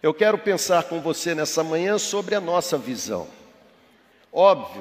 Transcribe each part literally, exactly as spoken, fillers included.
eu quero pensar com você nessa manhã sobre a nossa visão. Óbvio,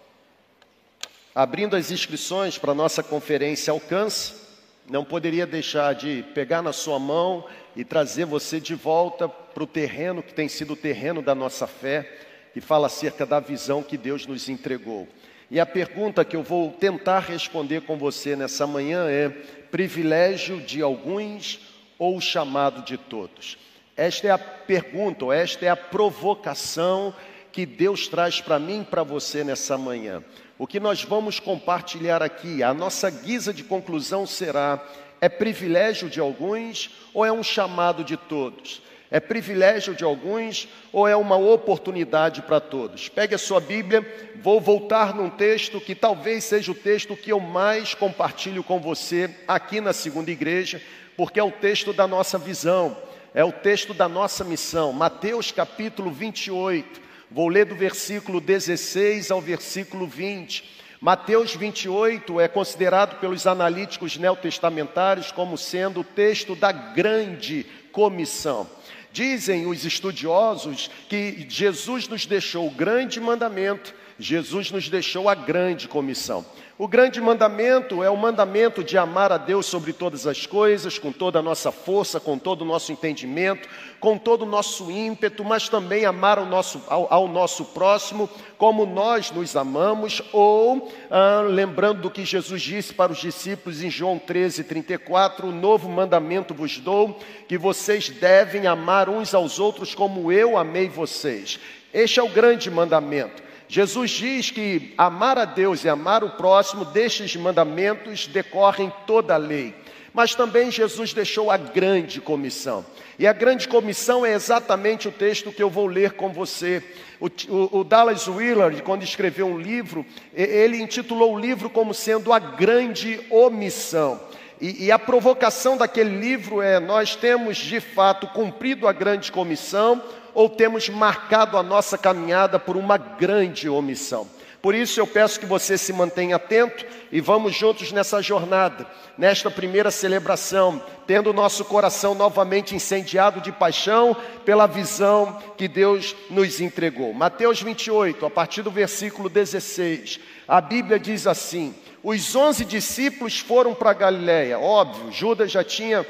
abrindo as inscrições para a nossa conferência Alcance, não poderia deixar de pegar na sua mão e trazer você de volta para o terreno que tem sido o terreno da nossa fé, que fala acerca da visão que Deus nos entregou. E a pergunta que eu vou tentar responder com você nessa manhã é: privilégio de alguns ou chamado de todos? Esta é a pergunta, ou esta é a provocação que Deus traz para mim e para você nessa manhã. O que nós vamos compartilhar aqui, a nossa guisa de conclusão será: é privilégio de alguns ou é um chamado de todos? É privilégio de alguns ou é uma oportunidade para todos? Pegue a sua Bíblia, vou voltar num texto que talvez seja o texto que eu mais compartilho com você aqui na Segunda Igreja, porque é o texto da nossa visão, é o texto da nossa missão. Mateus capítulo vinte e oito, vou ler do versículo dezesseis ao versículo vinte. Mateus vinte e oito é considerado pelos analíticos neotestamentários como sendo o texto da grande comissão. Dizem os estudiosos que Jesus nos deixou o grande mandamento, Jesus nos deixou a grande comissão. O grande mandamento é o mandamento de amar a Deus sobre todas as coisas, com toda a nossa força, com todo o nosso entendimento, com todo o nosso ímpeto, mas também amar ao nosso, ao, ao nosso próximo como nós nos amamos, ou, ah, lembrando do que Jesus disse para os discípulos em João treze, trinta e quatro, o novo mandamento vos dou, que vocês devem amar uns aos outros como eu amei vocês. Este é o grande mandamento. Jesus diz que amar a Deus e amar o próximo, destes mandamentos decorrem toda a lei. Mas também Jesus deixou a grande comissão. E a grande comissão é exatamente o texto que eu vou ler com você. O, o, o Dallas Willard, quando escreveu um livro, ele intitulou o livro como sendo a grande omissão. E, e a provocação daquele livro é: nós temos de fato cumprido a grande comissão ou temos marcado a nossa caminhada por uma grande omissão? Por isso eu peço que você se mantenha atento e vamos juntos nessa jornada, nesta primeira celebração, tendo o nosso coração novamente incendiado de paixão pela visão que Deus nos entregou. Mateus vinte e oito, a partir do versículo dezesseis, a Bíblia diz assim: os onze discípulos foram para a Galileia. Óbvio, Judas já tinha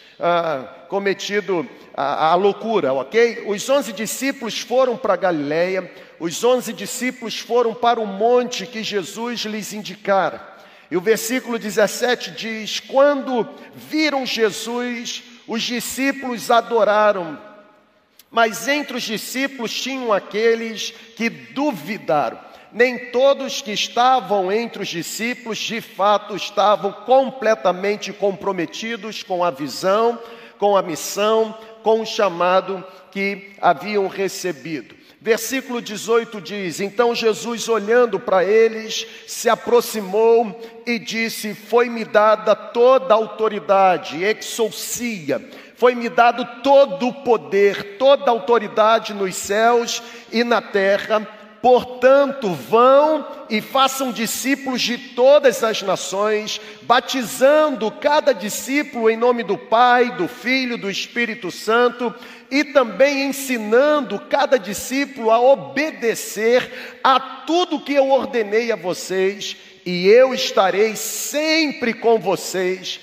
ah, cometido a, a loucura, ok? Os onze discípulos foram para a Galileia. Os onze discípulos foram para o monte que Jesus lhes indicara. E o versículo dezessete diz: quando viram Jesus, os discípulos adoraram. Mas entre os discípulos tinham aqueles que duvidaram. Nem todos que estavam entre os discípulos, de fato, estavam completamente comprometidos com a visão, com a missão, com o chamado que haviam recebido. Versículo dezoito diz: então Jesus, olhando para eles, se aproximou e disse: foi-me dada toda a autoridade, exousia, foi-me dado todo o poder, toda a autoridade nos céus e na terra. Portanto, vão e façam discípulos de todas as nações, batizando cada discípulo em nome do Pai, do Filho, do Espírito Santo, e também ensinando cada discípulo a obedecer a tudo que eu ordenei a vocês, e eu estarei sempre com vocês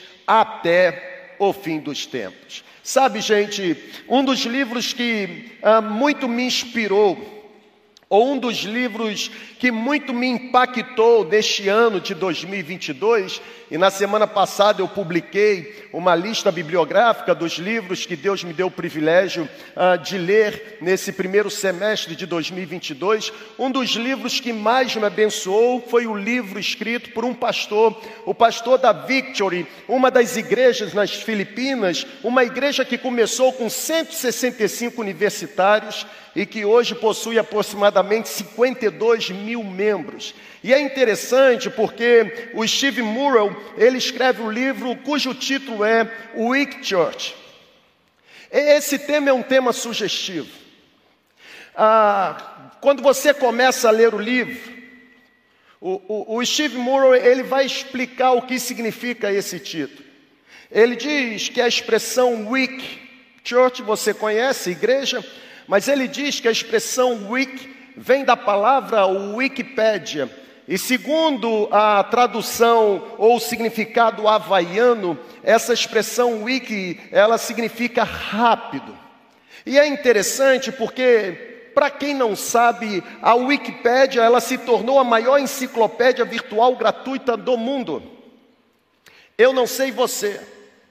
até o fim dos tempos. Sabe, gente, um dos livros que ah, muito me inspirou, ou um dos livros que muito me impactou neste ano de dois mil e vinte e dois, e na semana passada eu publiquei uma lista bibliográfica dos livros que Deus me deu o privilégio uh, de ler nesse primeiro semestre de dois mil e vinte e dois. Um dos livros que mais me abençoou foi o livro escrito por um pastor, o pastor da Victory, uma das igrejas nas Filipinas, uma igreja que começou com cento e sessenta e cinco universitários e que hoje possui aproximadamente cinquenta e dois mil membros. E é interessante porque o Steve Murrell, ele escreve um livro cujo título é Weak Church. Esse tema é um tema sugestivo. Ah, quando você começa a ler o livro, o, o, o Steve Murrell, ele vai explicar o que significa esse título. Ele diz que a expressão weak Church você conhece, igreja, mas ele diz que a expressão wiki vem da palavra Wikipédia. E segundo a tradução ou o significado havaiano, essa expressão wiki, ela significa rápido. E é interessante porque, para quem não sabe, a Wikipédia, ela se tornou a maior enciclopédia virtual gratuita do mundo. Eu não sei você,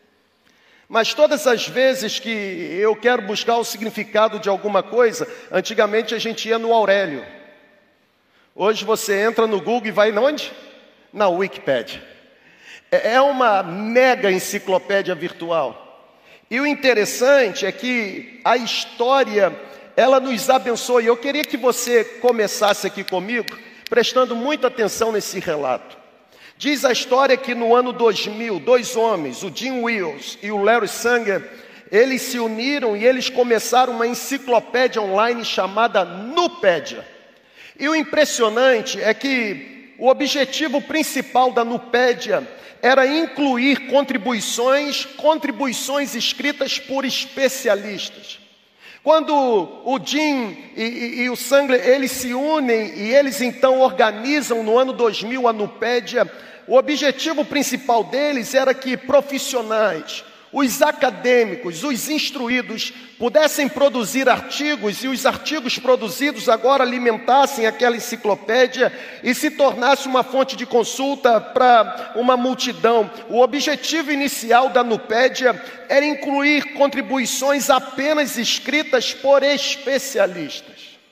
mas todas as vezes que eu quero buscar o significado de alguma coisa, antigamente a gente ia no Aurélio. Hoje você entra no Google e vai onde? Na Wikipédia. É uma mega enciclopédia virtual. E o interessante é que a história, ela nos abençoa. E eu queria que você começasse aqui comigo, prestando muita atenção nesse relato. Diz a história que no ano dois mil, dois homens, o Jim Wills e o Larry Sanger, eles se uniram e eles começaram uma enciclopédia online chamada Nupédia. E o impressionante é que o objetivo principal da Nupédia era incluir contribuições, contribuições escritas por especialistas. Quando o Jim e, e, e o Sanger, eles se unem e eles então organizam no ano dois mil a Nupédia, o objetivo principal deles era que profissionais, os acadêmicos, os instruídos, pudessem produzir artigos e os artigos produzidos agora alimentassem aquela enciclopédia e se tornasse uma fonte de consulta para uma multidão. O objetivo inicial da Nupédia era incluir contribuições apenas escritas por especialistas.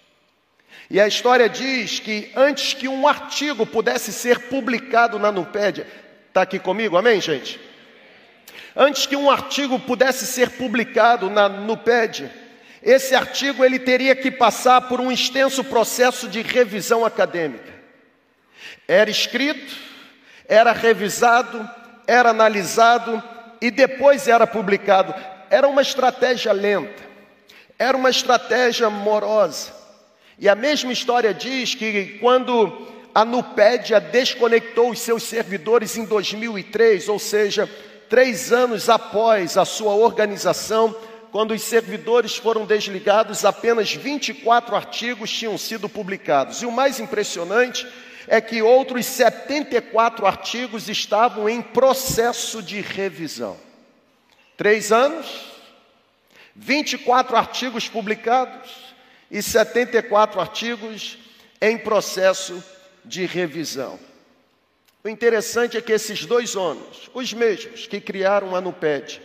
E a história diz que antes que um artigo pudesse ser publicado na Nupédia, está aqui comigo, amém, gente? Antes que um artigo pudesse ser publicado na Nupédia, esse artigo ele teria que passar por um extenso processo de revisão acadêmica. Era escrito, era revisado, era analisado e depois era publicado. Era uma estratégia lenta, era uma estratégia morosa. E a mesma história diz que quando a Nupédia desconectou os seus servidores em dois mil e três, ou seja, três anos após a sua organização, quando os servidores foram desligados, apenas vinte e quatro artigos tinham sido publicados. E o mais impressionante é que outros setenta e quatro artigos estavam em processo de revisão. Três anos, vinte e quatro artigos publicados e setenta e quatro artigos em processo de revisão. O interessante é que esses dois homens, os mesmos que criaram a Nupédia,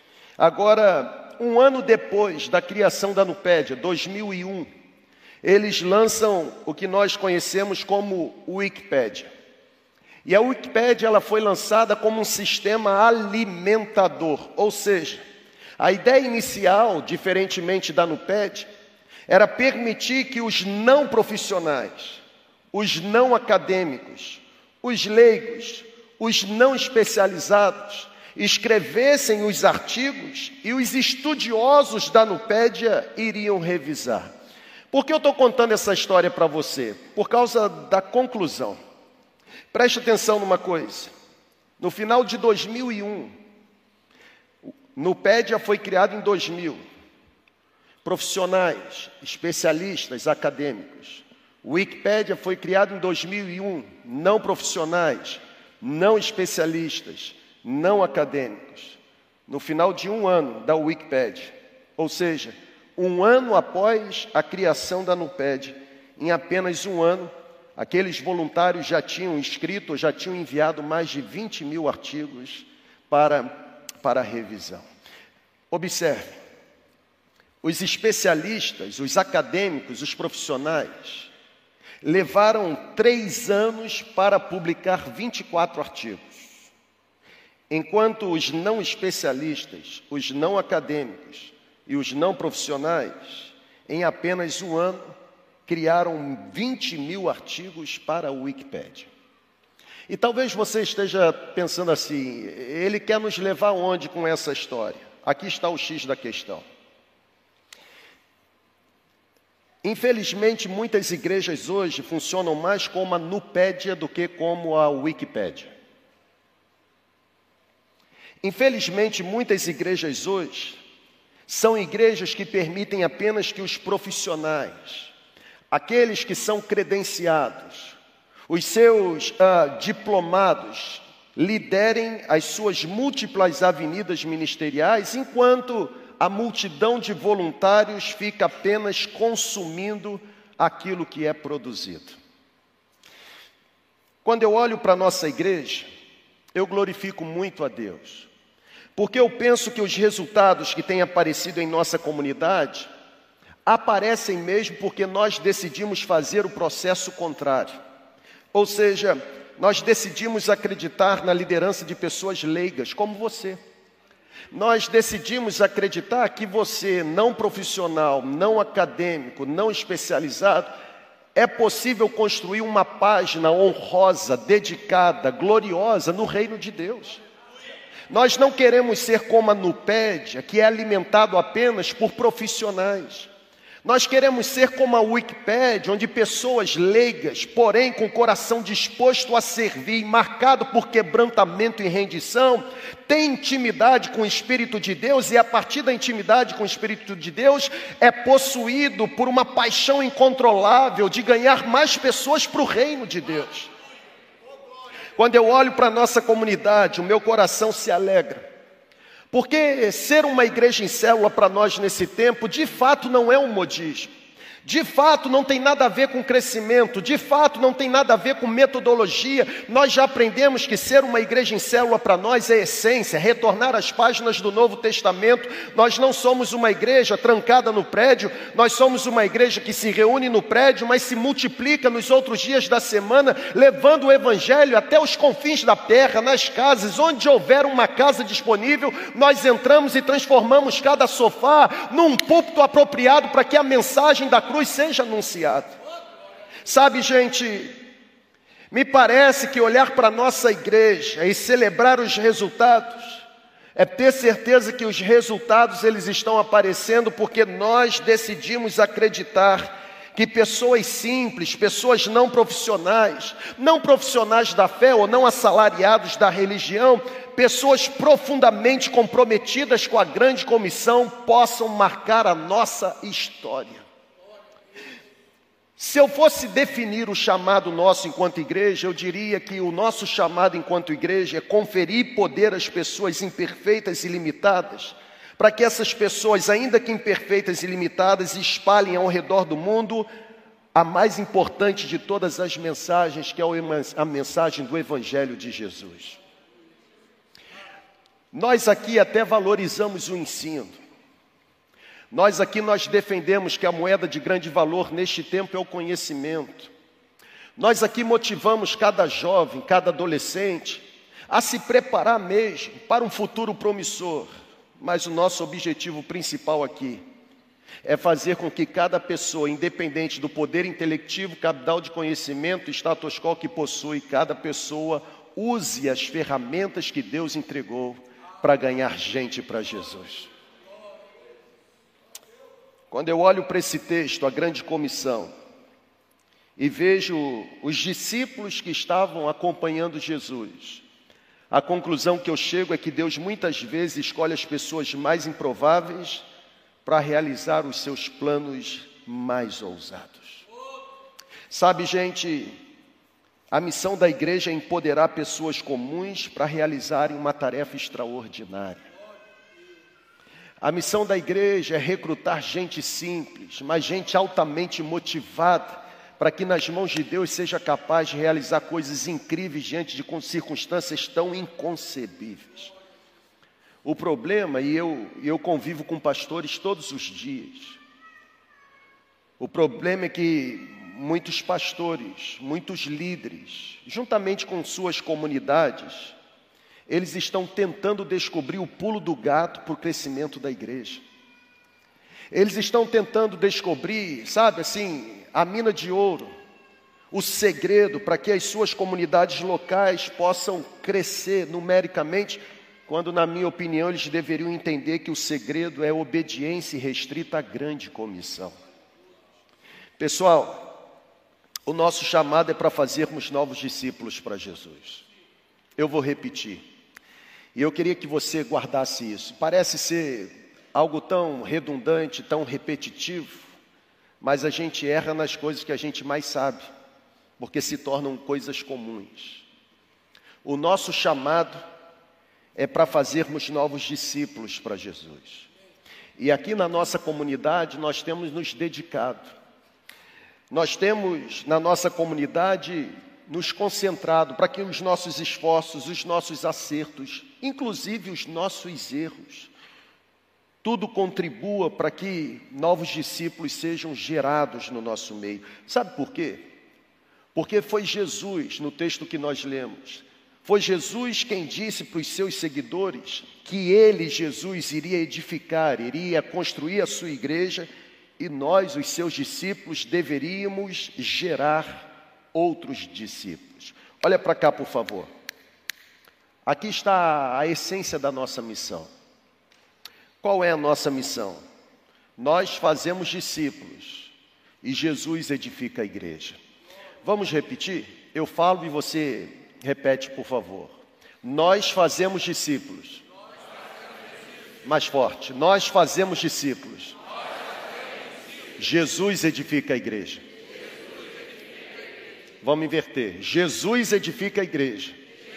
agora, um ano depois da criação da Nupédia, dois mil e um, eles lançam o que nós conhecemos como Wikipédia. E a Wikipédia ela foi lançada como um sistema alimentador, ou seja, a ideia inicial, diferentemente da Nupédia, era permitir que os não profissionais, os não acadêmicos, os leigos, os não especializados, escrevessem os artigos e os estudiosos da Nupédia iriam revisar. Por que eu estou contando essa história para você? Por causa da conclusão. Preste atenção numa coisa. No final de dois mil e um, Nupédia foi criado em dois mil. Profissionais, especialistas, acadêmicos. Wikipédia foi criado em dois mil e um, não profissionais, não especialistas, não acadêmicos. No final de um ano da Wikipédia, ou seja, um ano após a criação da Nupédia, em apenas um ano, aqueles voluntários já tinham escrito, já tinham enviado mais de vinte mil artigos para, para revisão. Observe, os especialistas, os acadêmicos, os profissionais, levaram três anos para publicar vinte e quatro artigos, enquanto os não especialistas, os não acadêmicos e os não profissionais, em apenas um ano, criaram vinte mil artigos para a Wikipédia. E talvez você esteja pensando assim, ele quer nos levar onde com essa história? Aqui está o X da questão. Infelizmente, muitas igrejas hoje funcionam mais como a Nupédia do que como a Wikipédia. Infelizmente, muitas igrejas hoje São igrejas que permitem apenas que os profissionais, aqueles que são credenciados, os seus ah, diplomados, liderem as suas múltiplas avenidas ministeriais, enquanto a multidão de voluntários fica apenas consumindo aquilo que é produzido. Quando eu olho para a nossa igreja, eu glorifico muito a Deus, porque eu penso que os resultados que têm aparecido em nossa comunidade aparecem mesmo porque nós decidimos fazer o processo contrário. Ou seja, nós decidimos acreditar na liderança de pessoas leigas, como você. Nós decidimos acreditar que você, não profissional, não acadêmico, não especializado, é possível construir uma página honrosa, dedicada, gloriosa no reino de Deus. Nós não queremos ser como a Nupédia, que é alimentado apenas por profissionais. Nós queremos ser como a Wikipédia, onde pessoas leigas, porém com o coração disposto a servir, marcado por quebrantamento e rendição, têm intimidade com o Espírito de Deus, e a partir da intimidade com o Espírito de Deus, é possuído por uma paixão incontrolável de ganhar mais pessoas para o reino de Deus. Quando eu olho para a nossa comunidade, o meu coração se alegra. Porque ser uma igreja em célula para nós nesse tempo, de fato não é um modismo. De fato não tem nada a ver com crescimento, de fato não tem nada a ver com metodologia. Nós já aprendemos que ser uma igreja em célula para nós é essência, retornar às páginas do Novo Testamento. Nós não somos uma igreja trancada no prédio, nós somos uma igreja que se reúne no prédio, mas se multiplica nos outros dias da semana, levando o evangelho até os confins da terra, nas casas, onde houver uma casa disponível, nós entramos e transformamos cada sofá num púlpito apropriado para que a mensagem da cruz seja anunciado. Sabe, gente, me parece que olhar para a nossa igreja e celebrar os resultados é ter certeza que os resultados eles estão aparecendo porque nós decidimos acreditar que pessoas simples, pessoas não profissionais, não profissionais da fé ou não assalariados da religião, pessoas profundamente comprometidas com a grande comissão possam marcar a nossa história. Se eu fosse definir o chamado nosso enquanto igreja, eu diria que o nosso chamado enquanto igreja é conferir poder às pessoas imperfeitas e limitadas, para que essas pessoas, ainda que imperfeitas e limitadas, espalhem ao redor do mundo a mais importante de todas as mensagens, que é a mensagem do Evangelho de Jesus. Nós aqui até valorizamos o ensino. Nós aqui nós defendemos que a moeda de grande valor neste tempo é o conhecimento. Nós aqui motivamos cada jovem, cada adolescente a se preparar mesmo para um futuro promissor. Mas o nosso objetivo principal aqui é fazer com que cada pessoa, independente do poder intelectivo, capital de conhecimento, status quo que possui, cada pessoa use as ferramentas que Deus entregou para ganhar gente para Jesus. Quando eu olho para esse texto, a grande comissão, e vejo os discípulos que estavam acompanhando Jesus, a conclusão que eu chego é que Deus muitas vezes escolhe as pessoas mais improváveis para realizar os seus planos mais ousados. Sabe, gente, a missão da igreja é empoderar pessoas comuns para realizarem uma tarefa extraordinária. A missão da igreja é recrutar gente simples, mas gente altamente motivada, para que nas mãos de Deus seja capaz de realizar coisas incríveis diante de circunstâncias tão inconcebíveis. O problema, e eu, eu convivo com pastores todos os dias, o problema é que muitos pastores, muitos líderes, juntamente com suas comunidades, eles estão tentando descobrir o pulo do gato para o crescimento da igreja. Eles estão tentando descobrir, sabe, assim, a mina de ouro, o segredo para que as suas comunidades locais possam crescer numericamente, quando, na minha opinião, eles deveriam entender que o segredo é obediência restrita à grande comissão. Pessoal, o nosso chamado é para fazermos novos discípulos para Jesus. Eu vou repetir. E eu queria que você guardasse isso. Parece ser algo tão redundante, tão repetitivo, mas a gente erra nas coisas que a gente mais sabe, porque se tornam coisas comuns. O nosso chamado é para fazermos novos discípulos para Jesus. E aqui na nossa comunidade nós temos nos dedicado. Nós temos na nossa comunidade nos concentrado para que os nossos esforços, os nossos acertos, inclusive os nossos erros, tudo contribua para que novos discípulos sejam gerados no nosso meio. Sabe por quê? Porque foi Jesus, no texto que nós lemos, foi Jesus quem disse para os seus seguidores que ele, Jesus, iria edificar, iria construir a sua igreja e nós, os seus discípulos, deveríamos gerar outros discípulos. Olha para cá, por favor. Aqui está a essência da nossa missão. Qual é a nossa missão? Nós fazemos discípulos e Jesus edifica a igreja. Vamos repetir? Eu falo e você repete, por favor. Nós fazemos discípulos. Mais forte. Nós fazemos discípulos. Jesus edifica a igreja. Vamos inverter. Jesus edifica a igreja.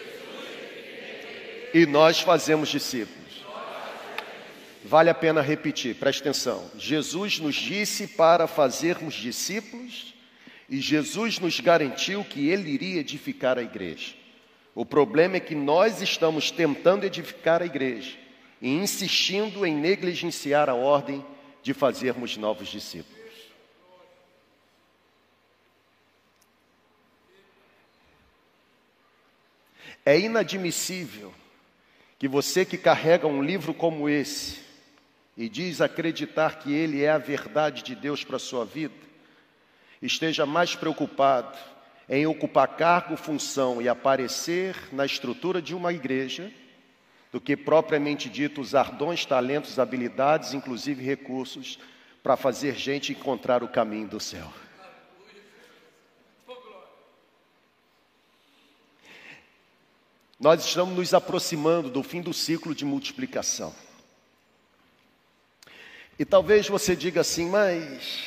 E nós fazemos discípulos. Vale a pena repetir, presta atenção. Jesus nos disse para fazermos discípulos e Jesus nos garantiu que Ele iria edificar a igreja. O problema é que nós estamos tentando edificar a igreja e insistindo em negligenciar a ordem de fazermos novos discípulos. É inadmissível que você que carrega um livro como esse e diz acreditar que ele é a verdade de Deus para a sua vida, esteja mais preocupado em ocupar cargo, função e aparecer na estrutura de uma igreja do que propriamente dito usar dons, talentos, habilidades, inclusive recursos, para fazer gente encontrar o caminho do céu. Nós estamos nos aproximando do fim do ciclo de multiplicação. E talvez você diga assim, mas...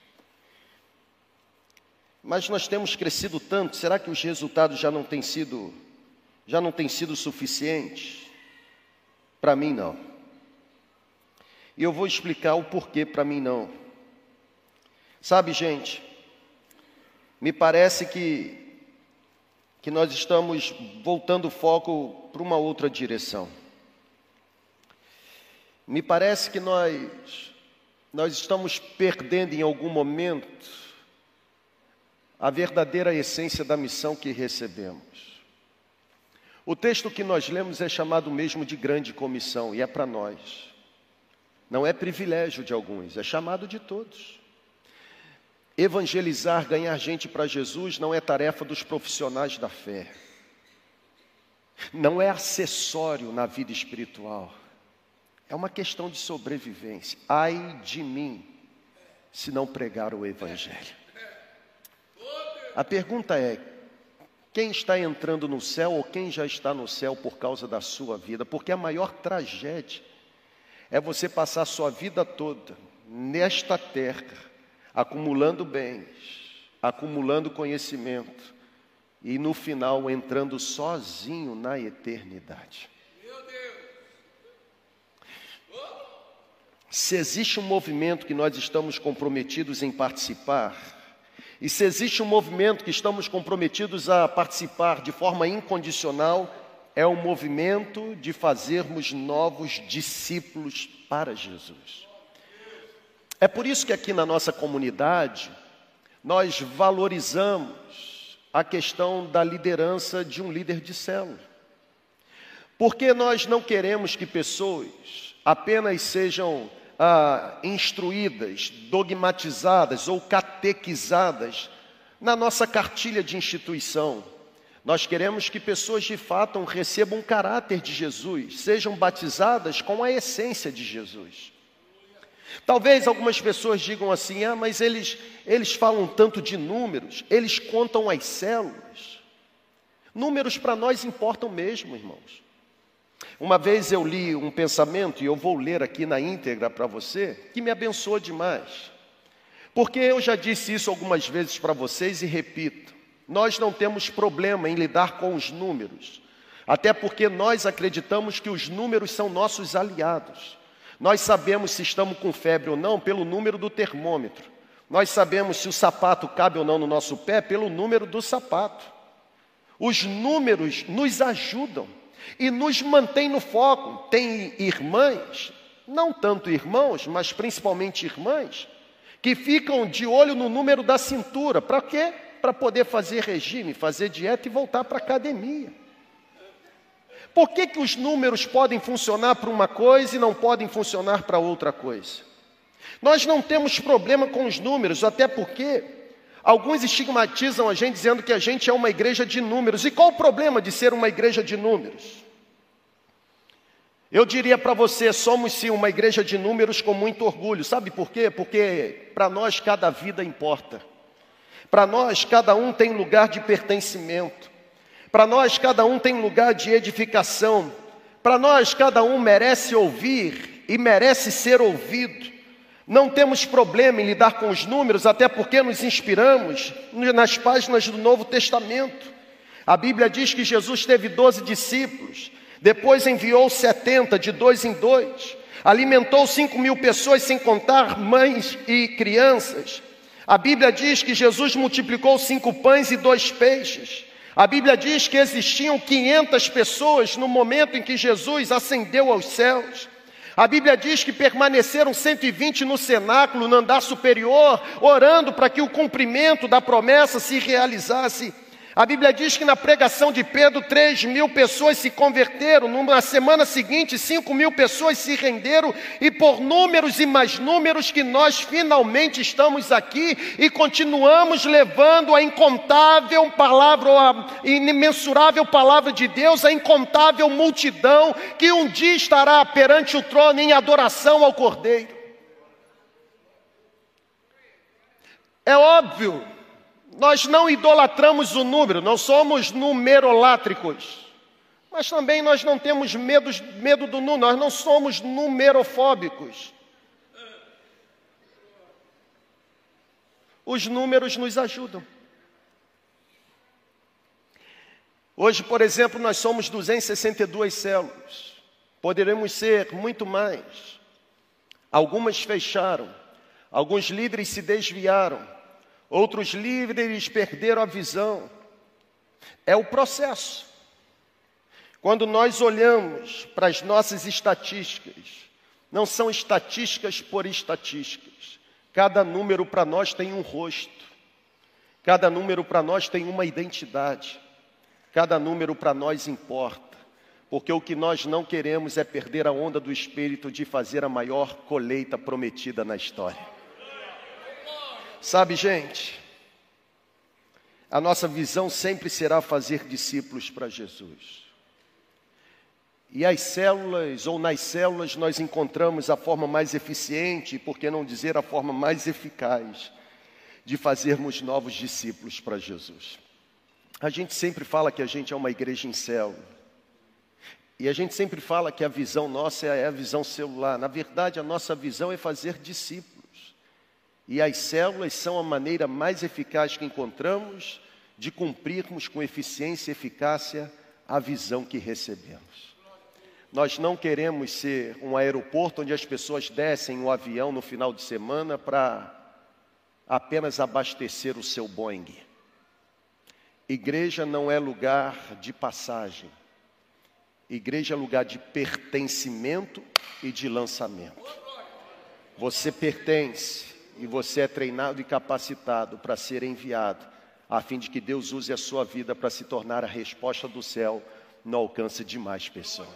Mas nós temos crescido tanto, será que os resultados já não têm sido, já não têm sido suficientes? Para mim, não. E eu vou explicar o porquê para mim não. Sabe, gente, me parece que que nós estamos voltando o foco para uma outra direção. Me parece que nós, nós estamos perdendo em algum momento a verdadeira essência da missão que recebemos. O texto que nós lemos é chamado mesmo de grande comissão, e é para nós. Não é privilégio de alguns, é chamado de todos. Evangelizar, ganhar gente para Jesus não é tarefa dos profissionais da fé. Não é acessório na vida espiritual. É uma questão de sobrevivência. Ai de mim, se não pregar o Evangelho. A pergunta é, quem está entrando no céu ou quem já está no céu por causa da sua vida? Porque a maior tragédia é você passar a sua vida toda nesta terra, acumulando bens, acumulando conhecimento e no final entrando sozinho na eternidade. Meu Deus. Se existe um movimento que nós estamos comprometidos em participar, e se existe um movimento que estamos comprometidos a participar de forma incondicional, é o movimento de fazermos novos discípulos para Jesus. É por isso que aqui na nossa comunidade, nós valorizamos a questão da liderança de um líder de célula. Porque nós não queremos que pessoas apenas sejam ah, instruídas, dogmatizadas ou catequizadas na nossa cartilha de instituição. Nós queremos que pessoas de fato recebam o caráter de Jesus, sejam batizadas com a essência de Jesus. Talvez algumas pessoas digam assim, ah, mas eles, eles falam tanto de números, eles contam as células. Números para nós importam mesmo, irmãos. Uma vez eu li um pensamento, e eu vou ler aqui na íntegra para você, que me abençoou demais. Porque eu já disse isso algumas vezes para vocês e repito, nós não temos problema em lidar com os números, até porque nós acreditamos que os números são nossos aliados. Nós sabemos se estamos com febre ou não pelo número do termômetro. Nós sabemos se o sapato cabe ou não no nosso pé pelo número do sapato. Os números nos ajudam e nos mantêm no foco. Tem irmãs, não tanto irmãos, mas principalmente irmãs, que ficam de olho no número da cintura. Para quê? Para poder fazer regime, fazer dieta e voltar para a academia. Por que que os números podem funcionar para uma coisa e não podem funcionar para outra coisa? Nós não temos problema com os números, até porque alguns estigmatizam a gente dizendo que a gente é uma igreja de números. E qual o problema de ser uma igreja de números? Eu diria para você, somos sim uma igreja de números com muito orgulho. Sabe por quê? Porque para nós cada vida importa. Para nós cada um tem lugar de pertencimento. Para nós cada um tem lugar de edificação. Para nós cada um merece ouvir e merece ser ouvido. Não temos problema em lidar com os números, até porque nos inspiramos nas páginas do Novo Testamento. A Bíblia diz que Jesus teve doze discípulos, depois enviou setenta, de dois em dois, alimentou cinco mil pessoas, sem contar mães e crianças. A Bíblia diz que Jesus multiplicou cinco pães e dois peixes. A Bíblia diz que existiam quinhentas pessoas no momento em que Jesus ascendeu aos céus. A Bíblia diz que permaneceram cento e vinte no cenáculo, no andar superior, orando para que o cumprimento da promessa se realizasse. A Bíblia diz que na pregação de Pedro, três mil pessoas se converteram. Na semana seguinte, cinco mil pessoas se renderam. E por números e mais números que nós finalmente estamos aqui e continuamos levando a incontável palavra, a imensurável palavra de Deus, a incontável multidão que um dia estará perante o trono em adoração ao Cordeiro. É óbvio, nós não idolatramos o número, não somos numerolátricos, mas também nós não temos medo, medo do número, nós não somos numerofóbicos. Os números nos ajudam. Hoje, por exemplo, nós somos duzentas e sessenta e duas células, poderemos ser muito mais. Algumas fecharam, alguns líderes se desviaram, outros líderes perderam a visão. É o processo. Quando nós olhamos para as nossas estatísticas, não são estatísticas por estatísticas. Cada número para nós tem um rosto. Cada número para nós tem uma identidade. Cada número para nós importa. Porque o que nós não queremos é perder a onda do Espírito de fazer a maior colheita prometida na história. Sabe, gente, a nossa visão sempre será fazer discípulos para Jesus. E as células, ou nas células, nós encontramos a forma mais eficiente, por que não dizer a forma mais eficaz, de fazermos novos discípulos para Jesus. A gente sempre fala que a gente é uma igreja em célula. E a gente sempre fala que a visão nossa é a visão celular. Na verdade, a nossa visão é fazer discípulos. E as células são a maneira mais eficaz que encontramos de cumprirmos com eficiência e eficácia a visão que recebemos. Nós não queremos ser um aeroporto onde as pessoas descem o avião no final de semana para apenas abastecer o seu Boeing. Igreja não é lugar de passagem. Igreja é lugar de pertencimento e de lançamento. Você pertence. E você é treinado e capacitado para ser enviado, a fim de que Deus use a sua vida para se tornar a resposta do céu no alcance de mais pessoas.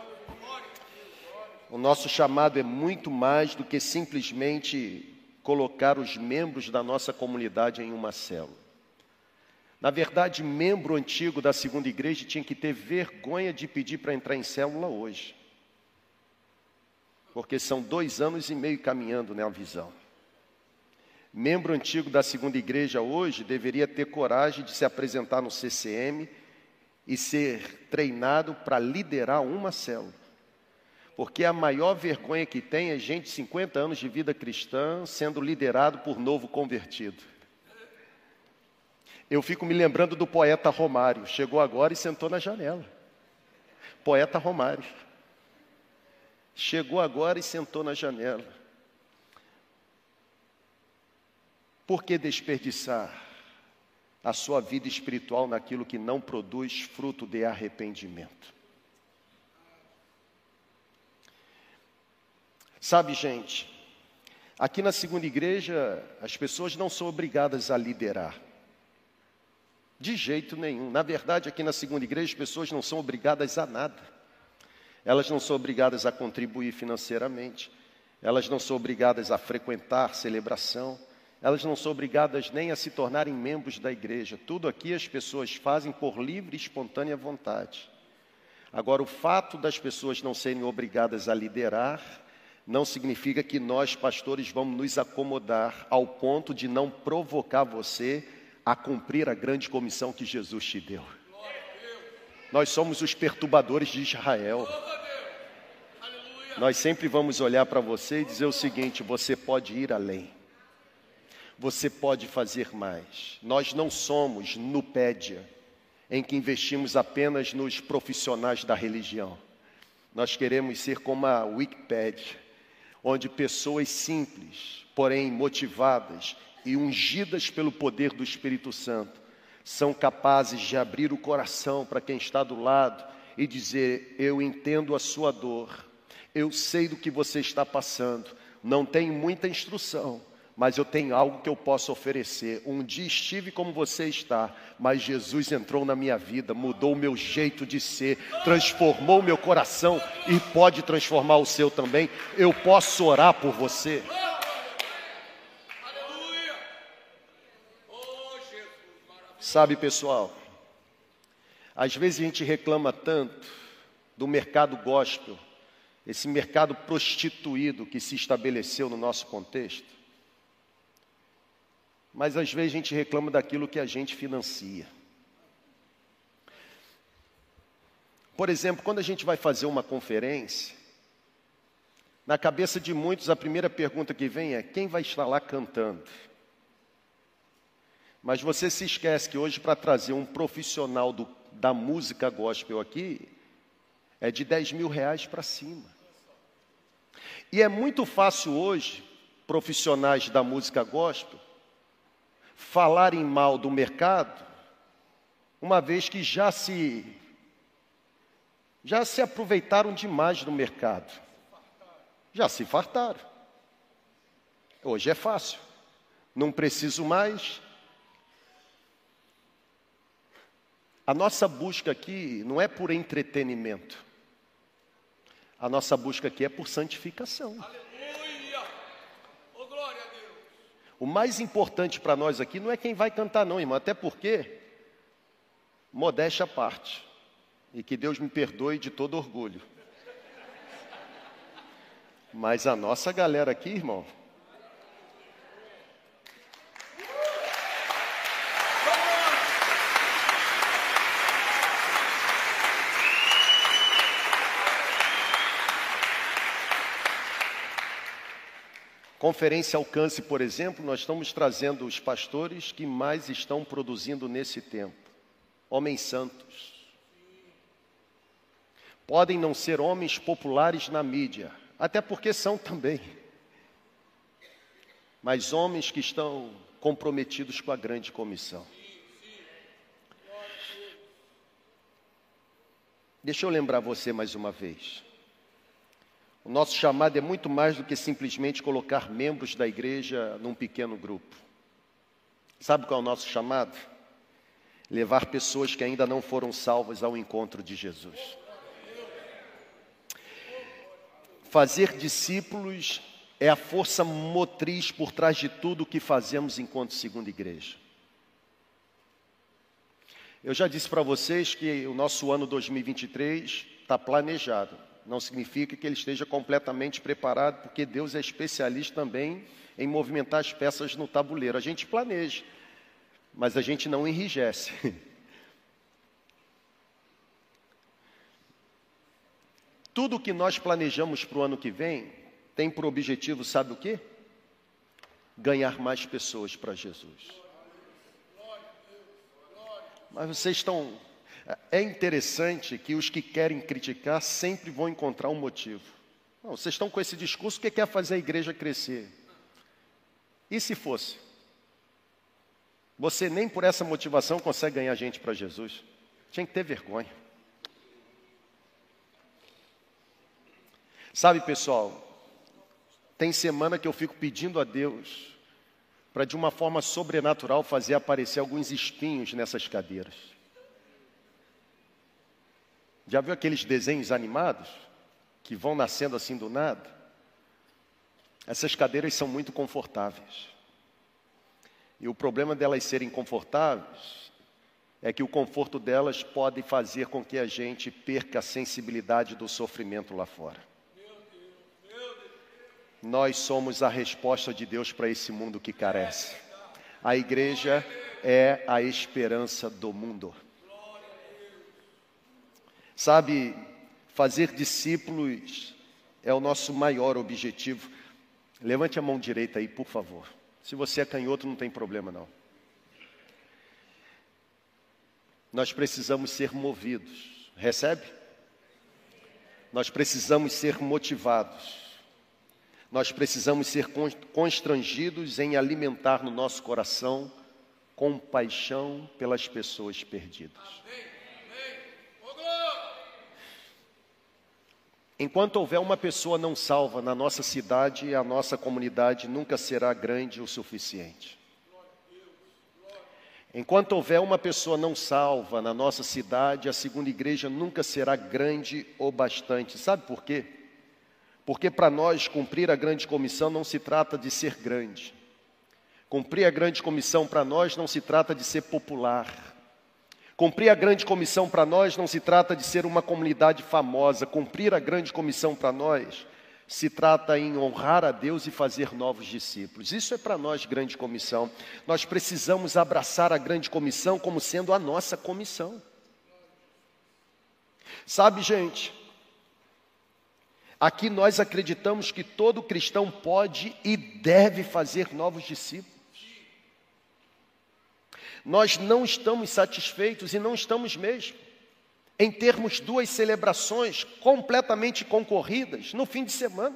O nosso chamado é muito mais do que simplesmente colocar os membros da nossa comunidade em uma célula. Na verdade, membro antigo da segunda igreja tinha que ter vergonha de pedir para entrar em célula hoje. Porque são dois anos e meio caminhando na visão. Membro antigo da segunda igreja hoje deveria ter coragem de se apresentar no C C M e ser treinado para liderar uma célula. Porque a maior vergonha que tem é gente de cinquenta anos de vida cristã sendo liderado por novo convertido. Eu fico me lembrando do poeta Romário, chegou agora e sentou na janela. Poeta Romário. Chegou agora e sentou na janela. Por que desperdiçar a sua vida espiritual naquilo que não produz fruto de arrependimento? Sabe, gente, aqui na segunda igreja, as pessoas não são obrigadas a liderar. De jeito nenhum. Na verdade, aqui na segunda igreja, as pessoas não são obrigadas a nada. Elas não são obrigadas a contribuir financeiramente. Elas não são obrigadas a frequentar celebração. Elas não são obrigadas nem a se tornarem membros da igreja. Tudo aqui as pessoas fazem por livre e espontânea vontade. Agora, o fato das pessoas não serem obrigadas a liderar não significa que nós, pastores, vamos nos acomodar ao ponto de não provocar você a cumprir a grande comissão que Jesus te deu. Nós somos os perturbadores de Israel. Nós sempre vamos olhar para você e dizer o seguinte: você pode ir além. Você pode fazer mais. Nós não somos Nupédia, em que investimos apenas nos profissionais da religião. Nós queremos ser como a Wikipédia, onde pessoas simples, porém motivadas e ungidas pelo poder do Espírito Santo, são capazes de abrir o coração para quem está do lado e dizer: eu entendo a sua dor, eu sei do que você está passando, não tenho muita instrução, mas eu tenho algo que eu posso oferecer. Um dia estive como você está, mas Jesus entrou na minha vida, mudou o meu jeito de ser, transformou o meu coração e pode transformar o seu também. Eu posso orar por você. Sabe, pessoal, às vezes a gente reclama tanto do mercado gospel, esse mercado prostituído que se estabeleceu no nosso contexto, mas às vezes a gente reclama daquilo que a gente financia. Por exemplo, quando a gente vai fazer uma conferência, na cabeça de muitos a primeira pergunta que vem é: quem vai estar lá cantando? Mas você se esquece que hoje, para trazer um profissional do, da música gospel aqui, é de dez mil reais para cima. E é muito fácil hoje, profissionais da música gospel, falarem mal do mercado, uma vez que já se, já se aproveitaram demais do mercado. Já se fartaram. Hoje é fácil. Não preciso mais. A nossa busca aqui não é por entretenimento. A nossa busca aqui é por santificação. Aleluia! Oh, glória a Deus! O mais importante para nós aqui não é quem vai cantar não, irmão. Até porque, modéstia à parte. E que Deus me perdoe de todo orgulho. Mas a nossa galera aqui, irmão, Conferência Alcance, por exemplo, nós estamos trazendo os pastores que mais estão produzindo nesse tempo. Homens santos. Podem não ser homens populares na mídia, até porque são também. Mas homens que estão comprometidos com a grande comissão. Deixa eu lembrar você mais uma vez. O nosso chamado é muito mais do que simplesmente colocar membros da igreja num pequeno grupo. Sabe qual é o nosso chamado? Levar pessoas que ainda não foram salvas ao encontro de Jesus. Fazer discípulos é a força motriz por trás de tudo o que fazemos enquanto segunda igreja. Eu já disse para vocês que o nosso ano dois mil e vinte e três está planejado. Não significa que ele esteja completamente preparado, porque Deus é especialista também em movimentar as peças no tabuleiro. A gente planeja, mas a gente não enrijece. Tudo que nós planejamos para o ano que vem tem por objetivo, sabe o quê? Ganhar mais pessoas para Jesus. Mas vocês estão... É interessante que os que querem criticar sempre vão encontrar um motivo. Não, vocês estão com esse discurso que quer fazer a igreja crescer. E se fosse? Você nem por essa motivação consegue ganhar gente para Jesus. Tinha que ter vergonha. Sabe, pessoal, tem semana que eu fico pedindo a Deus para, de uma forma sobrenatural, fazer aparecer alguns espinhos nessas cadeiras. Já viu aqueles desenhos animados que vão nascendo assim do nada? Essas cadeiras são muito confortáveis. E o problema delas serem confortáveis é que o conforto delas pode fazer com que a gente perca a sensibilidade do sofrimento lá fora. Nós somos a resposta de Deus para esse mundo que carece. A igreja é a esperança do mundo. Sabe, fazer discípulos é o nosso maior objetivo. Levante a mão direita aí, por favor. Se você é canhoto, não tem problema não. Nós precisamos ser movidos. Recebe? Nós precisamos ser motivados. Nós precisamos ser constrangidos em alimentar no nosso coração compaixão pelas pessoas perdidas. Enquanto houver uma pessoa não salva na nossa cidade, a nossa comunidade nunca será grande o suficiente. Enquanto houver uma pessoa não salva na nossa cidade, a segunda igreja nunca será grande o bastante. Sabe por quê? Porque para nós cumprir a grande comissão não se trata de ser grande. Cumprir a grande comissão para nós não se trata de ser popular. Cumprir a grande comissão para nós não se trata de ser uma comunidade famosa. Cumprir a grande comissão para nós se trata em honrar a Deus e fazer novos discípulos. Isso é para nós grande comissão. Nós precisamos abraçar a grande comissão como sendo a nossa comissão. Sabe, gente, aqui nós acreditamos que todo cristão pode e deve fazer novos discípulos. Nós não estamos satisfeitos e não estamos mesmo em termos duas celebrações completamente concorridas no fim de semana.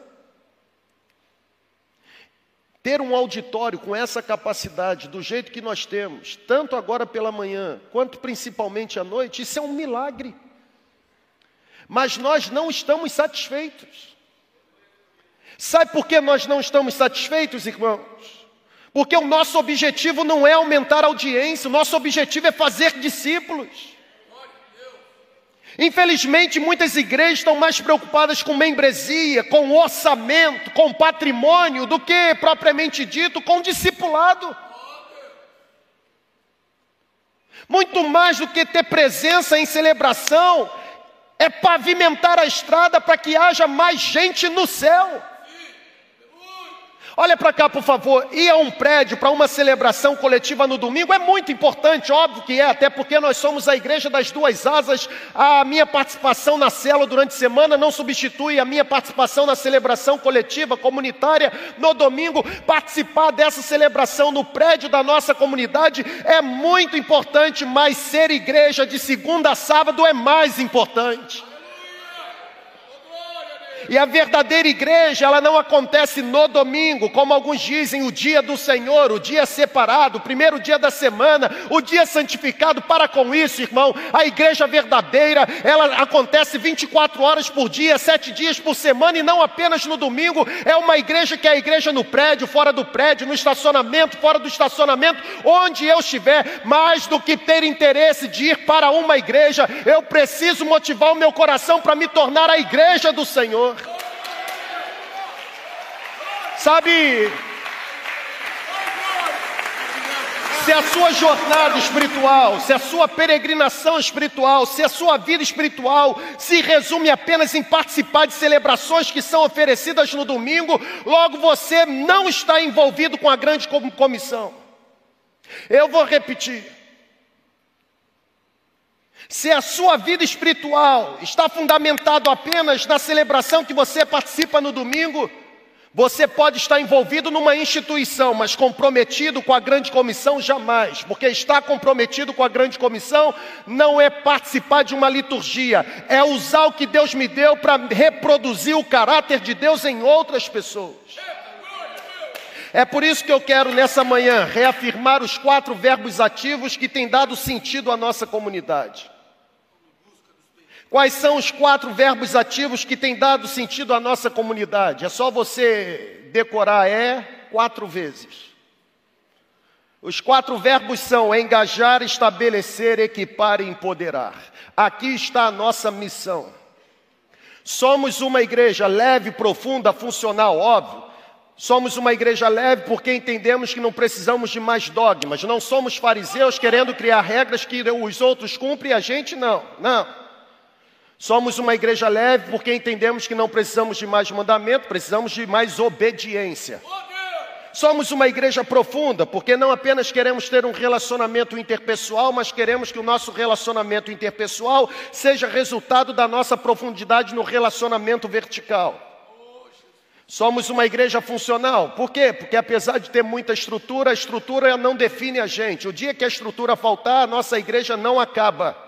Ter um auditório com essa capacidade, do jeito que nós temos, tanto agora pela manhã, quanto principalmente à noite, isso é um milagre. Mas nós não estamos satisfeitos. Sabe por que nós não estamos satisfeitos, irmãos? Porque o nosso objetivo não é aumentar a audiência, o nosso objetivo é fazer discípulos. Infelizmente, muitas igrejas estão mais preocupadas com membresia, com orçamento, com patrimônio, do que, propriamente dito, com discipulado. Muito mais do que ter presença em celebração, é pavimentar a estrada para que haja mais gente no céu. Olha para cá, por favor. Ir a um prédio para uma celebração coletiva no domingo é muito importante, óbvio que é, até porque nós somos a igreja das duas asas. A minha participação na célula durante a semana não substitui a minha participação na celebração coletiva, comunitária, no domingo. Participar dessa celebração no prédio da nossa comunidade é muito importante, mas ser igreja de segunda a sábado é mais importante. E a verdadeira igreja, ela não acontece no domingo, como alguns dizem, o dia do Senhor, o dia separado, o primeiro dia da semana, o dia santificado. Para com isso, irmão. A igreja verdadeira, ela acontece vinte e quatro horas por dia, sete dias por semana, e não apenas no domingo. É uma igreja que é a igreja no prédio, fora do prédio, no estacionamento, fora do estacionamento, onde eu estiver. Mais do que ter interesse de ir para uma igreja, eu preciso motivar o meu coração para me tornar a igreja do Senhor. Sabe, se a sua jornada espiritual, se a sua peregrinação espiritual, se a sua vida espiritual se resume apenas em participar de celebrações que são oferecidas no domingo, logo você não está envolvido com a grande comissão. Eu vou repetir. Se a sua vida espiritual está fundamentado apenas na celebração que você participa no domingo, você pode estar envolvido numa instituição, mas comprometido com a grande comissão jamais. Porque estar comprometido com a grande comissão não é participar de uma liturgia, é usar o que Deus me deu para reproduzir o caráter de Deus em outras pessoas. É por isso que eu quero nessa manhã reafirmar os quatro verbos ativos que têm dado sentido à nossa comunidade. Quais são os quatro verbos ativos que têm dado sentido à nossa comunidade? É só você decorar é quatro vezes. Os quatro verbos são engajar, estabelecer, equipar e empoderar. Aqui está a nossa missão. Somos uma igreja leve, profunda, funcional, óbvio. Somos uma igreja leve porque entendemos que não precisamos de mais dogmas. Não somos fariseus querendo criar regras que os outros cumprem e a gente não. Não. Somos uma igreja leve porque entendemos que não precisamos de mais mandamento, precisamos de mais obediência. Somos uma igreja profunda porque não apenas queremos ter um relacionamento interpessoal, mas queremos que o nosso relacionamento interpessoal seja resultado da nossa profundidade no relacionamento vertical. Somos uma igreja funcional. Por quê? Porque apesar de ter muita estrutura, a estrutura não define a gente. O dia que a estrutura faltar, a nossa igreja não acaba.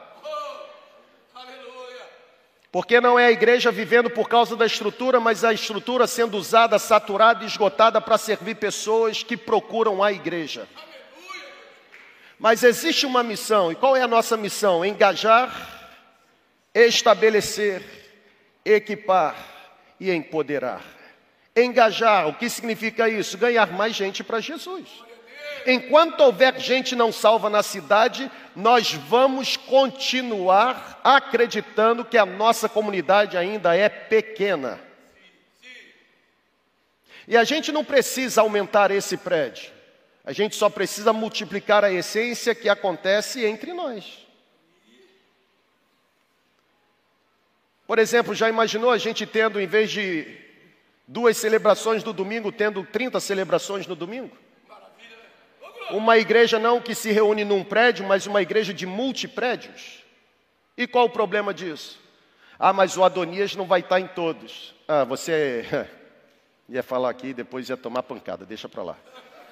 Porque não é a igreja vivendo por causa da estrutura, mas a estrutura sendo usada, saturada e esgotada para servir pessoas que procuram a igreja. Mas existe uma missão, e qual é a nossa missão? Engajar, estabelecer, equipar e empoderar. Engajar, o que significa isso? Ganhar mais gente para Jesus. Enquanto houver gente não salva na cidade, nós vamos continuar acreditando que a nossa comunidade ainda é pequena. E a gente não precisa aumentar esse prédio. A gente só precisa multiplicar a essência que acontece entre nós. Por exemplo, já imaginou a gente tendo, em vez de duas celebrações no domingo, tendo trinta celebrações no domingo? Uma igreja não que se reúne num prédio, mas uma igreja de multiprédios. E qual o problema disso? Ah, mas o Adonias não vai estar em todos. Ah, você ia falar aqui e depois ia tomar pancada, deixa para lá.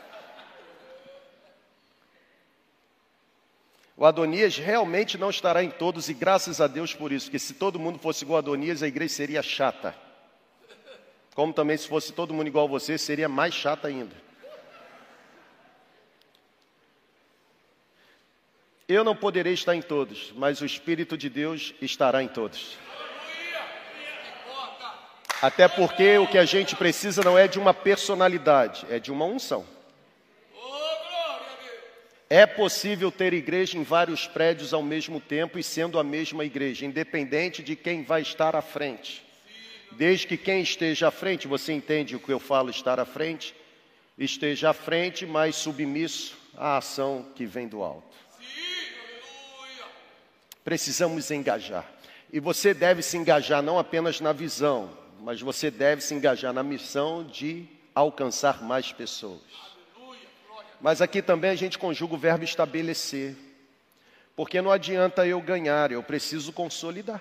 O Adonias realmente não estará em todos e graças a Deus por isso, porque se todo mundo fosse igual a Adonias, a igreja seria chata. Como também se fosse todo mundo igual a você, seria mais chata ainda. Eu não poderei estar em todos, mas o Espírito de Deus estará em todos. Até porque o que a gente precisa não é de uma personalidade, é de uma unção. É possível ter igreja em vários prédios ao mesmo tempo e sendo a mesma igreja, independente de quem vai estar à frente. Desde que quem esteja à frente, você entende o que eu falo, estar à frente? Esteja à frente, mas submisso à ação que vem do alto. Precisamos engajar. E você deve se engajar não apenas na visão, mas você deve se engajar na missão de alcançar mais pessoas. Mas aqui também a gente conjuga o verbo estabelecer. Porque não adianta eu ganhar, eu preciso consolidar.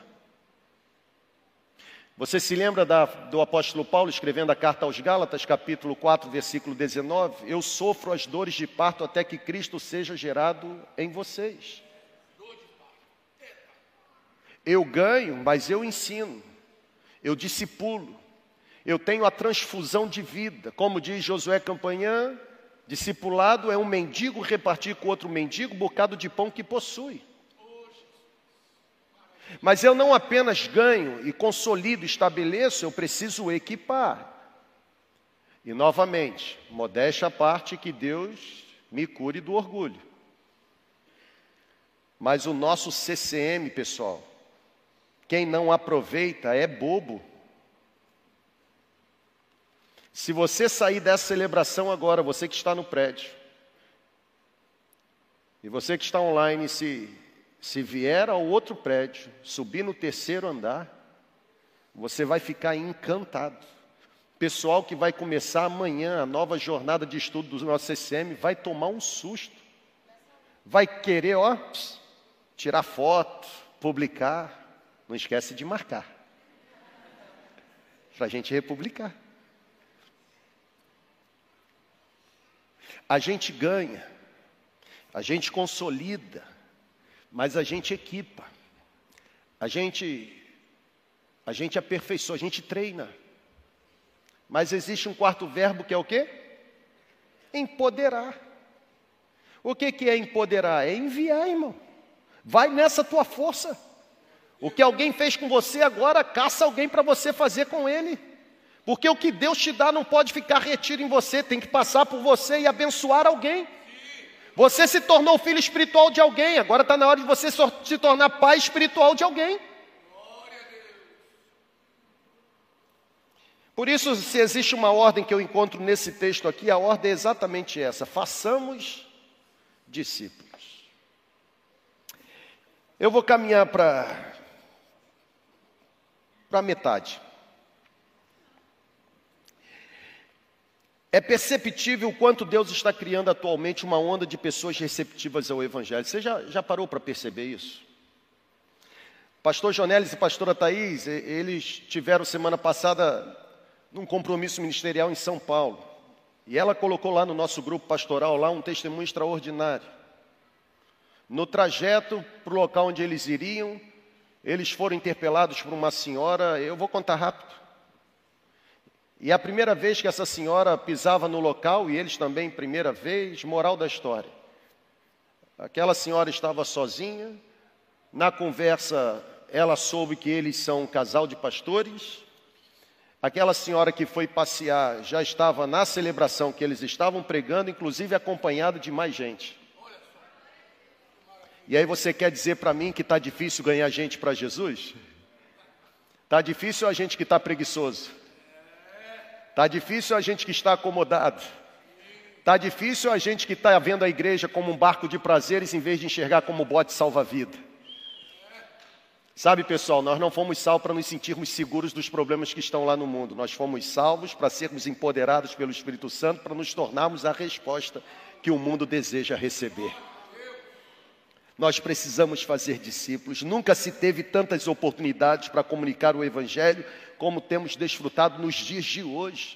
Você se lembra da, do apóstolo Paulo escrevendo a carta aos Gálatas, capítulo quatro, versículo dezenove? Eu sofro as dores de parto até que Cristo seja gerado em vocês. Eu ganho, mas eu ensino, eu discipulo, eu tenho a transfusão de vida. Como diz Josué Campanhã, discipulado é um mendigo repartir com outro mendigo o bocado de pão que possui. Mas eu não apenas ganho e consolido, estabeleço, eu preciso equipar. E novamente, modéstia à parte, que Deus me cure do orgulho. Mas o nosso C C M, pessoal, quem não aproveita é bobo. Se você sair dessa celebração agora, você que está no prédio, e você que está online, se, se vier ao outro prédio, subir no terceiro andar, você vai ficar encantado. Pessoal que vai começar amanhã a nova jornada de estudo do nosso C C M vai tomar um susto. Vai querer, ó, tirar foto, publicar, não esquece de marcar, para a gente republicar. A gente ganha, a gente consolida, mas a gente equipa, a gente, a gente aperfeiçoa, a gente treina. Mas existe um quarto verbo que é o quê? Empoderar. O que que é empoderar? É enviar, irmão. Vai nessa tua força. O que alguém fez com você agora, caça alguém para você fazer com ele. Porque o que Deus te dá não pode ficar retido em você, tem que passar por você e abençoar alguém. Você se tornou filho espiritual de alguém, agora está na hora de você se tornar pai espiritual de alguém. Por isso, se existe uma ordem que eu encontro nesse texto aqui, a ordem é exatamente essa: façamos discípulos. Eu vou caminhar para para metade. É perceptível o quanto Deus está criando atualmente uma onda de pessoas receptivas ao Evangelho. Você já, já parou para perceber isso? Pastor Jonelis e pastora Thaís, eles tiveram semana passada num compromisso ministerial em São Paulo. E ela colocou lá no nosso grupo pastoral lá um testemunho extraordinário. No trajeto para o local onde eles iriam, eles foram interpelados por uma senhora, eu vou contar rápido. E a primeira vez que essa senhora pisava no local, e eles também, primeira vez, moral da história. Aquela senhora estava sozinha, na conversa ela soube que eles são um casal de pastores. Aquela senhora que foi passear já estava na celebração que eles estavam pregando, inclusive acompanhada de mais gente. E aí você quer dizer para mim que está difícil ganhar gente para Jesus? Está difícil a gente que está preguiçoso? Está difícil a gente que está acomodado? Está difícil a gente que está vendo a igreja como um barco de prazeres em vez de enxergar como bote salva-vida? Sabe, pessoal, nós não fomos salvos para nos sentirmos seguros dos problemas que estão lá no mundo. Nós fomos salvos para sermos empoderados pelo Espírito Santo, para nos tornarmos a resposta que o mundo deseja receber. Nós precisamos fazer discípulos. Nunca se teve tantas oportunidades para comunicar o Evangelho como temos desfrutado nos dias de hoje.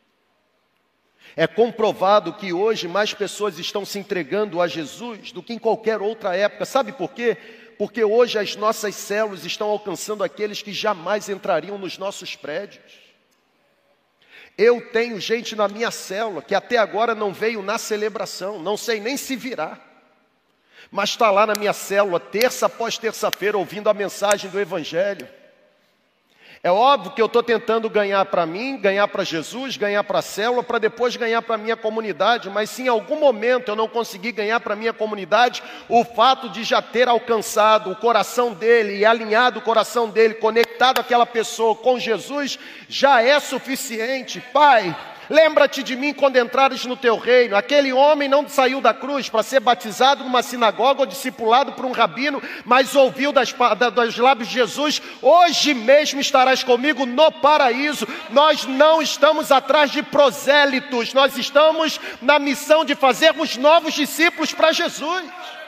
É comprovado que hoje mais pessoas estão se entregando a Jesus do que em qualquer outra época. Sabe por quê? Porque hoje as nossas células estão alcançando aqueles que jamais entrariam nos nossos prédios. Eu tenho gente na minha célula que até agora não veio na celebração, não sei nem se virá. Mas está lá na minha célula, terça após terça-feira, ouvindo a mensagem do Evangelho. É óbvio que eu estou tentando ganhar para mim, ganhar para Jesus, ganhar para a célula, para depois ganhar para a minha comunidade. Mas se em algum momento eu não conseguir ganhar para a minha comunidade, o fato de já ter alcançado o coração dele e alinhado o coração dele, conectado aquela pessoa com Jesus, já é suficiente. Pai, lembra-te de mim quando entrares no teu reino. Aquele homem não saiu da cruz para ser batizado numa sinagoga ou discipulado por um rabino, mas ouviu das, da, dos lábios de Jesus: hoje mesmo estarás comigo no paraíso. Nós não estamos atrás de prosélitos, nós estamos na missão de fazermos novos discípulos para Jesus.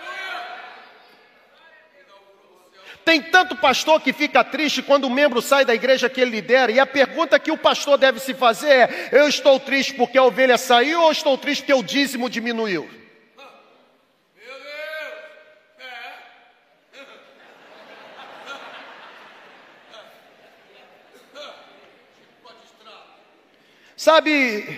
Tem tanto pastor que fica triste quando um membro sai da igreja que ele lidera. E a pergunta que o pastor deve se fazer é: eu estou triste porque a ovelha saiu ou estou triste porque o dízimo diminuiu? Meu Deus! É. Sabe,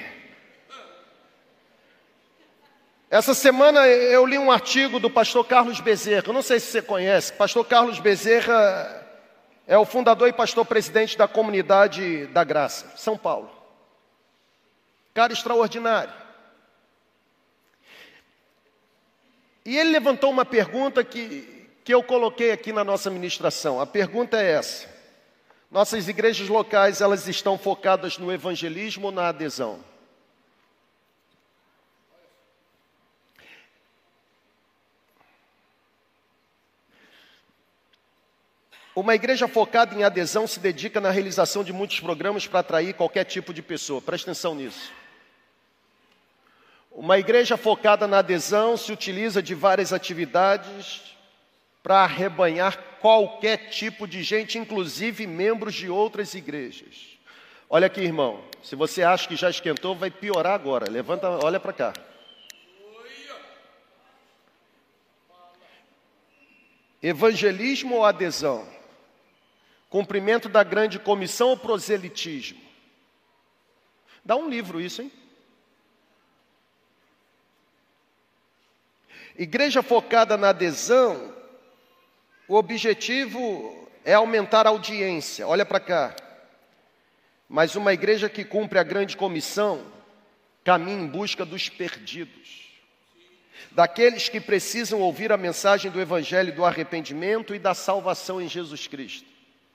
essa semana eu li um artigo do pastor Carlos Bezerra. Eu não sei se você conhece. Pastor Carlos Bezerra é o fundador e pastor presidente da Comunidade da Graça, São Paulo. Cara extraordinário. E ele levantou uma pergunta que, que eu coloquei aqui na nossa ministração. A pergunta é essa: nossas igrejas locais, elas estão focadas no evangelismo ou na adesão? Uma igreja focada em adesão se dedica na realização de muitos programas para atrair qualquer tipo de pessoa. Presta atenção nisso. Uma igreja focada na adesão se utiliza de várias atividades para arrebanhar qualquer tipo de gente, inclusive membros de outras igrejas. Olha aqui, irmão, se você acha que já esquentou, vai piorar agora. Levanta, olha para cá. Evangelismo ou adesão? Cumprimento da grande comissão ou proselitismo? Dá um livro isso, hein? Igreja focada na adesão, o objetivo é aumentar a audiência. Olha para cá. Mas uma igreja que cumpre a grande comissão, caminha em busca dos perdidos. Daqueles que precisam ouvir a mensagem do evangelho do arrependimento e da salvação em Jesus Cristo.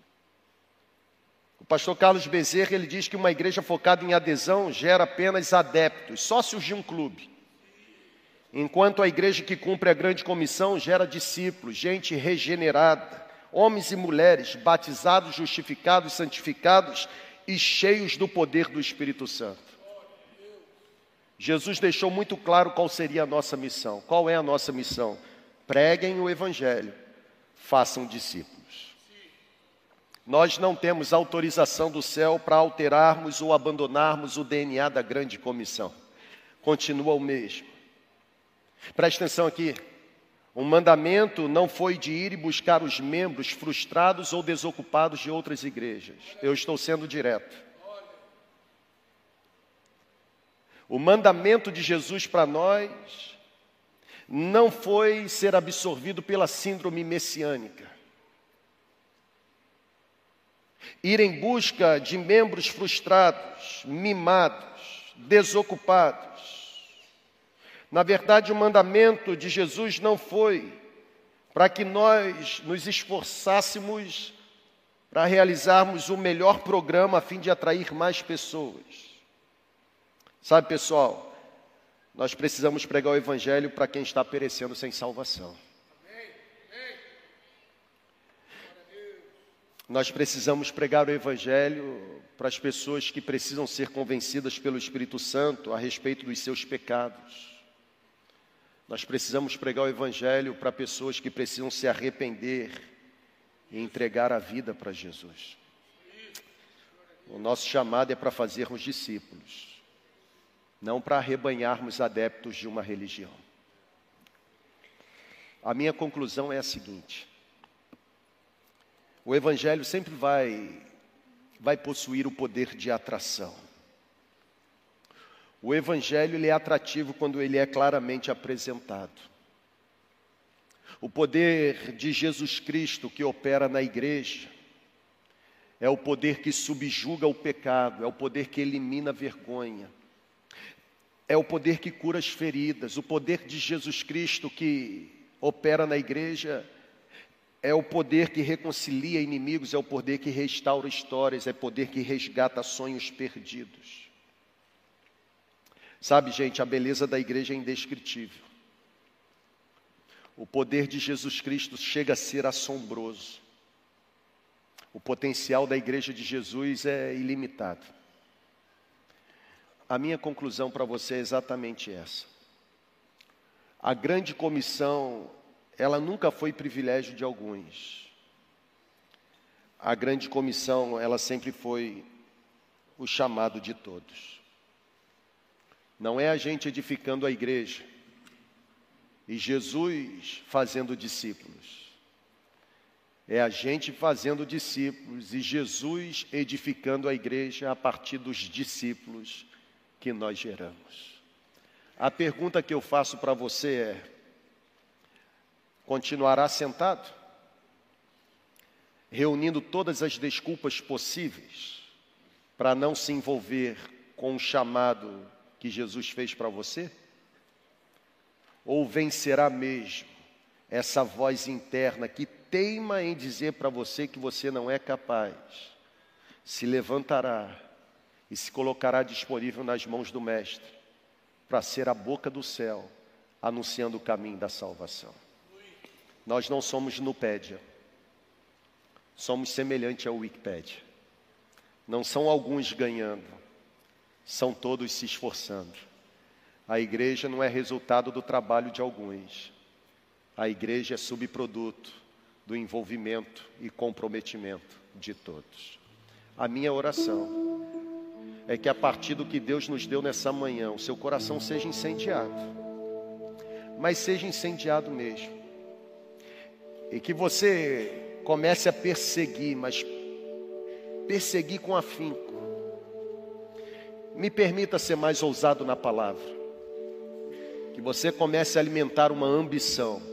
O pastor Carlos Bezerra, ele diz que uma igreja focada em adesão gera apenas adeptos, sócios de um clube. Enquanto a igreja que cumpre a grande comissão gera discípulos, gente regenerada, homens e mulheres batizados, justificados, santificados e cheios do poder do Espírito Santo. Jesus deixou muito claro qual seria a nossa missão. Qual é a nossa missão? Preguem o evangelho, façam discípulos. Nós não temos autorização do céu para alterarmos ou abandonarmos o D N A da grande comissão. Continua o mesmo. Presta atenção aqui. O mandamento não foi de ir e buscar os membros frustrados ou desocupados de outras igrejas. Eu estou sendo direto. O mandamento de Jesus para nós não foi ser absorvido pela síndrome messiânica. Ir em busca de membros frustrados, mimados, desocupados. Na verdade, o mandamento de Jesus não foi para que nós nos esforçássemos para realizarmos o melhor programa a fim de atrair mais pessoas. Sabe, pessoal, nós precisamos pregar o evangelho para quem está perecendo sem salvação. Nós precisamos pregar o evangelho para as pessoas que precisam ser convencidas pelo Espírito Santo a respeito dos seus pecados. Nós precisamos pregar o evangelho para pessoas que precisam se arrepender e entregar a vida para Jesus. O nosso chamado é para fazermos discípulos, não para arrebanharmos adeptos de uma religião. A minha conclusão é a seguinte: o evangelho sempre vai, vai possuir o poder de atração. O evangelho ele é atrativo quando ele é claramente apresentado. O poder de Jesus Cristo que opera na igreja é o poder que subjuga o pecado, é o poder que elimina a vergonha, é o poder que cura as feridas. O poder de Jesus Cristo que opera na igreja é o poder que reconcilia inimigos, é o poder que restaura histórias, é o poder que resgata sonhos perdidos. Sabe, gente, a beleza da igreja é indescritível. O poder de Jesus Cristo chega a ser assombroso. O potencial da igreja de Jesus é ilimitado. A minha conclusão para você é exatamente essa. A grande comissão, ela nunca foi privilégio de alguns. A grande comissão, ela sempre foi o chamado de todos. Não é a gente edificando a igreja e Jesus fazendo discípulos. É a gente fazendo discípulos e Jesus edificando a igreja a partir dos discípulos que nós geramos. A pergunta que eu faço para você é: continuará sentado? Reunindo todas as desculpas possíveis para não se envolver com o chamado que Jesus fez para você? Ou vencerá mesmo essa voz interna que teima em dizer para você que você não é capaz? Se levantará e se colocará disponível nas mãos do Mestre para ser a boca do céu, anunciando o caminho da salvação. Nós não somos Nupédia, somos semelhante ao Wikipédia. Não são alguns ganhando, são todos se esforçando. A igreja não é resultado do trabalho de alguns. A igreja é subproduto do envolvimento e comprometimento de todos. A minha oração é que a partir do que Deus nos deu nessa manhã, o seu coração seja incendiado, mas seja incendiado mesmo, e que você comece a perseguir, mas perseguir com afinco. Me permita ser mais ousado na palavra, que você comece a alimentar uma ambição,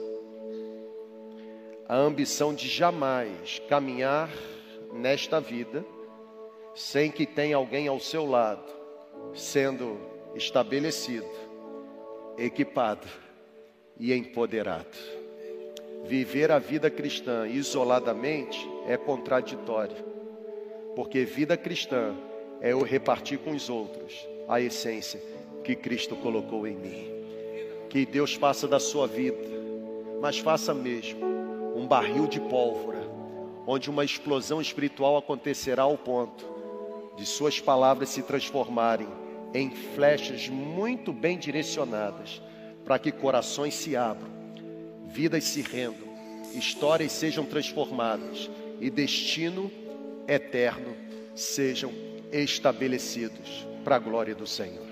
a ambição de jamais caminhar nesta vida sem que tenha alguém ao seu lado, sendo estabelecido, equipado e empoderado. Viver a vida cristã isoladamente é contraditório, porque vida cristã é eu repartir com os outros a essência que Cristo colocou em mim. Que Deus faça da sua vida, mas faça mesmo, um barril de pólvora, onde uma explosão espiritual acontecerá ao ponto de suas palavras se transformarem em flechas muito bem direcionadas, para que corações se abram, vidas se rendam, histórias sejam transformadas e destino eterno sejam estabelecidos para a glória do Senhor.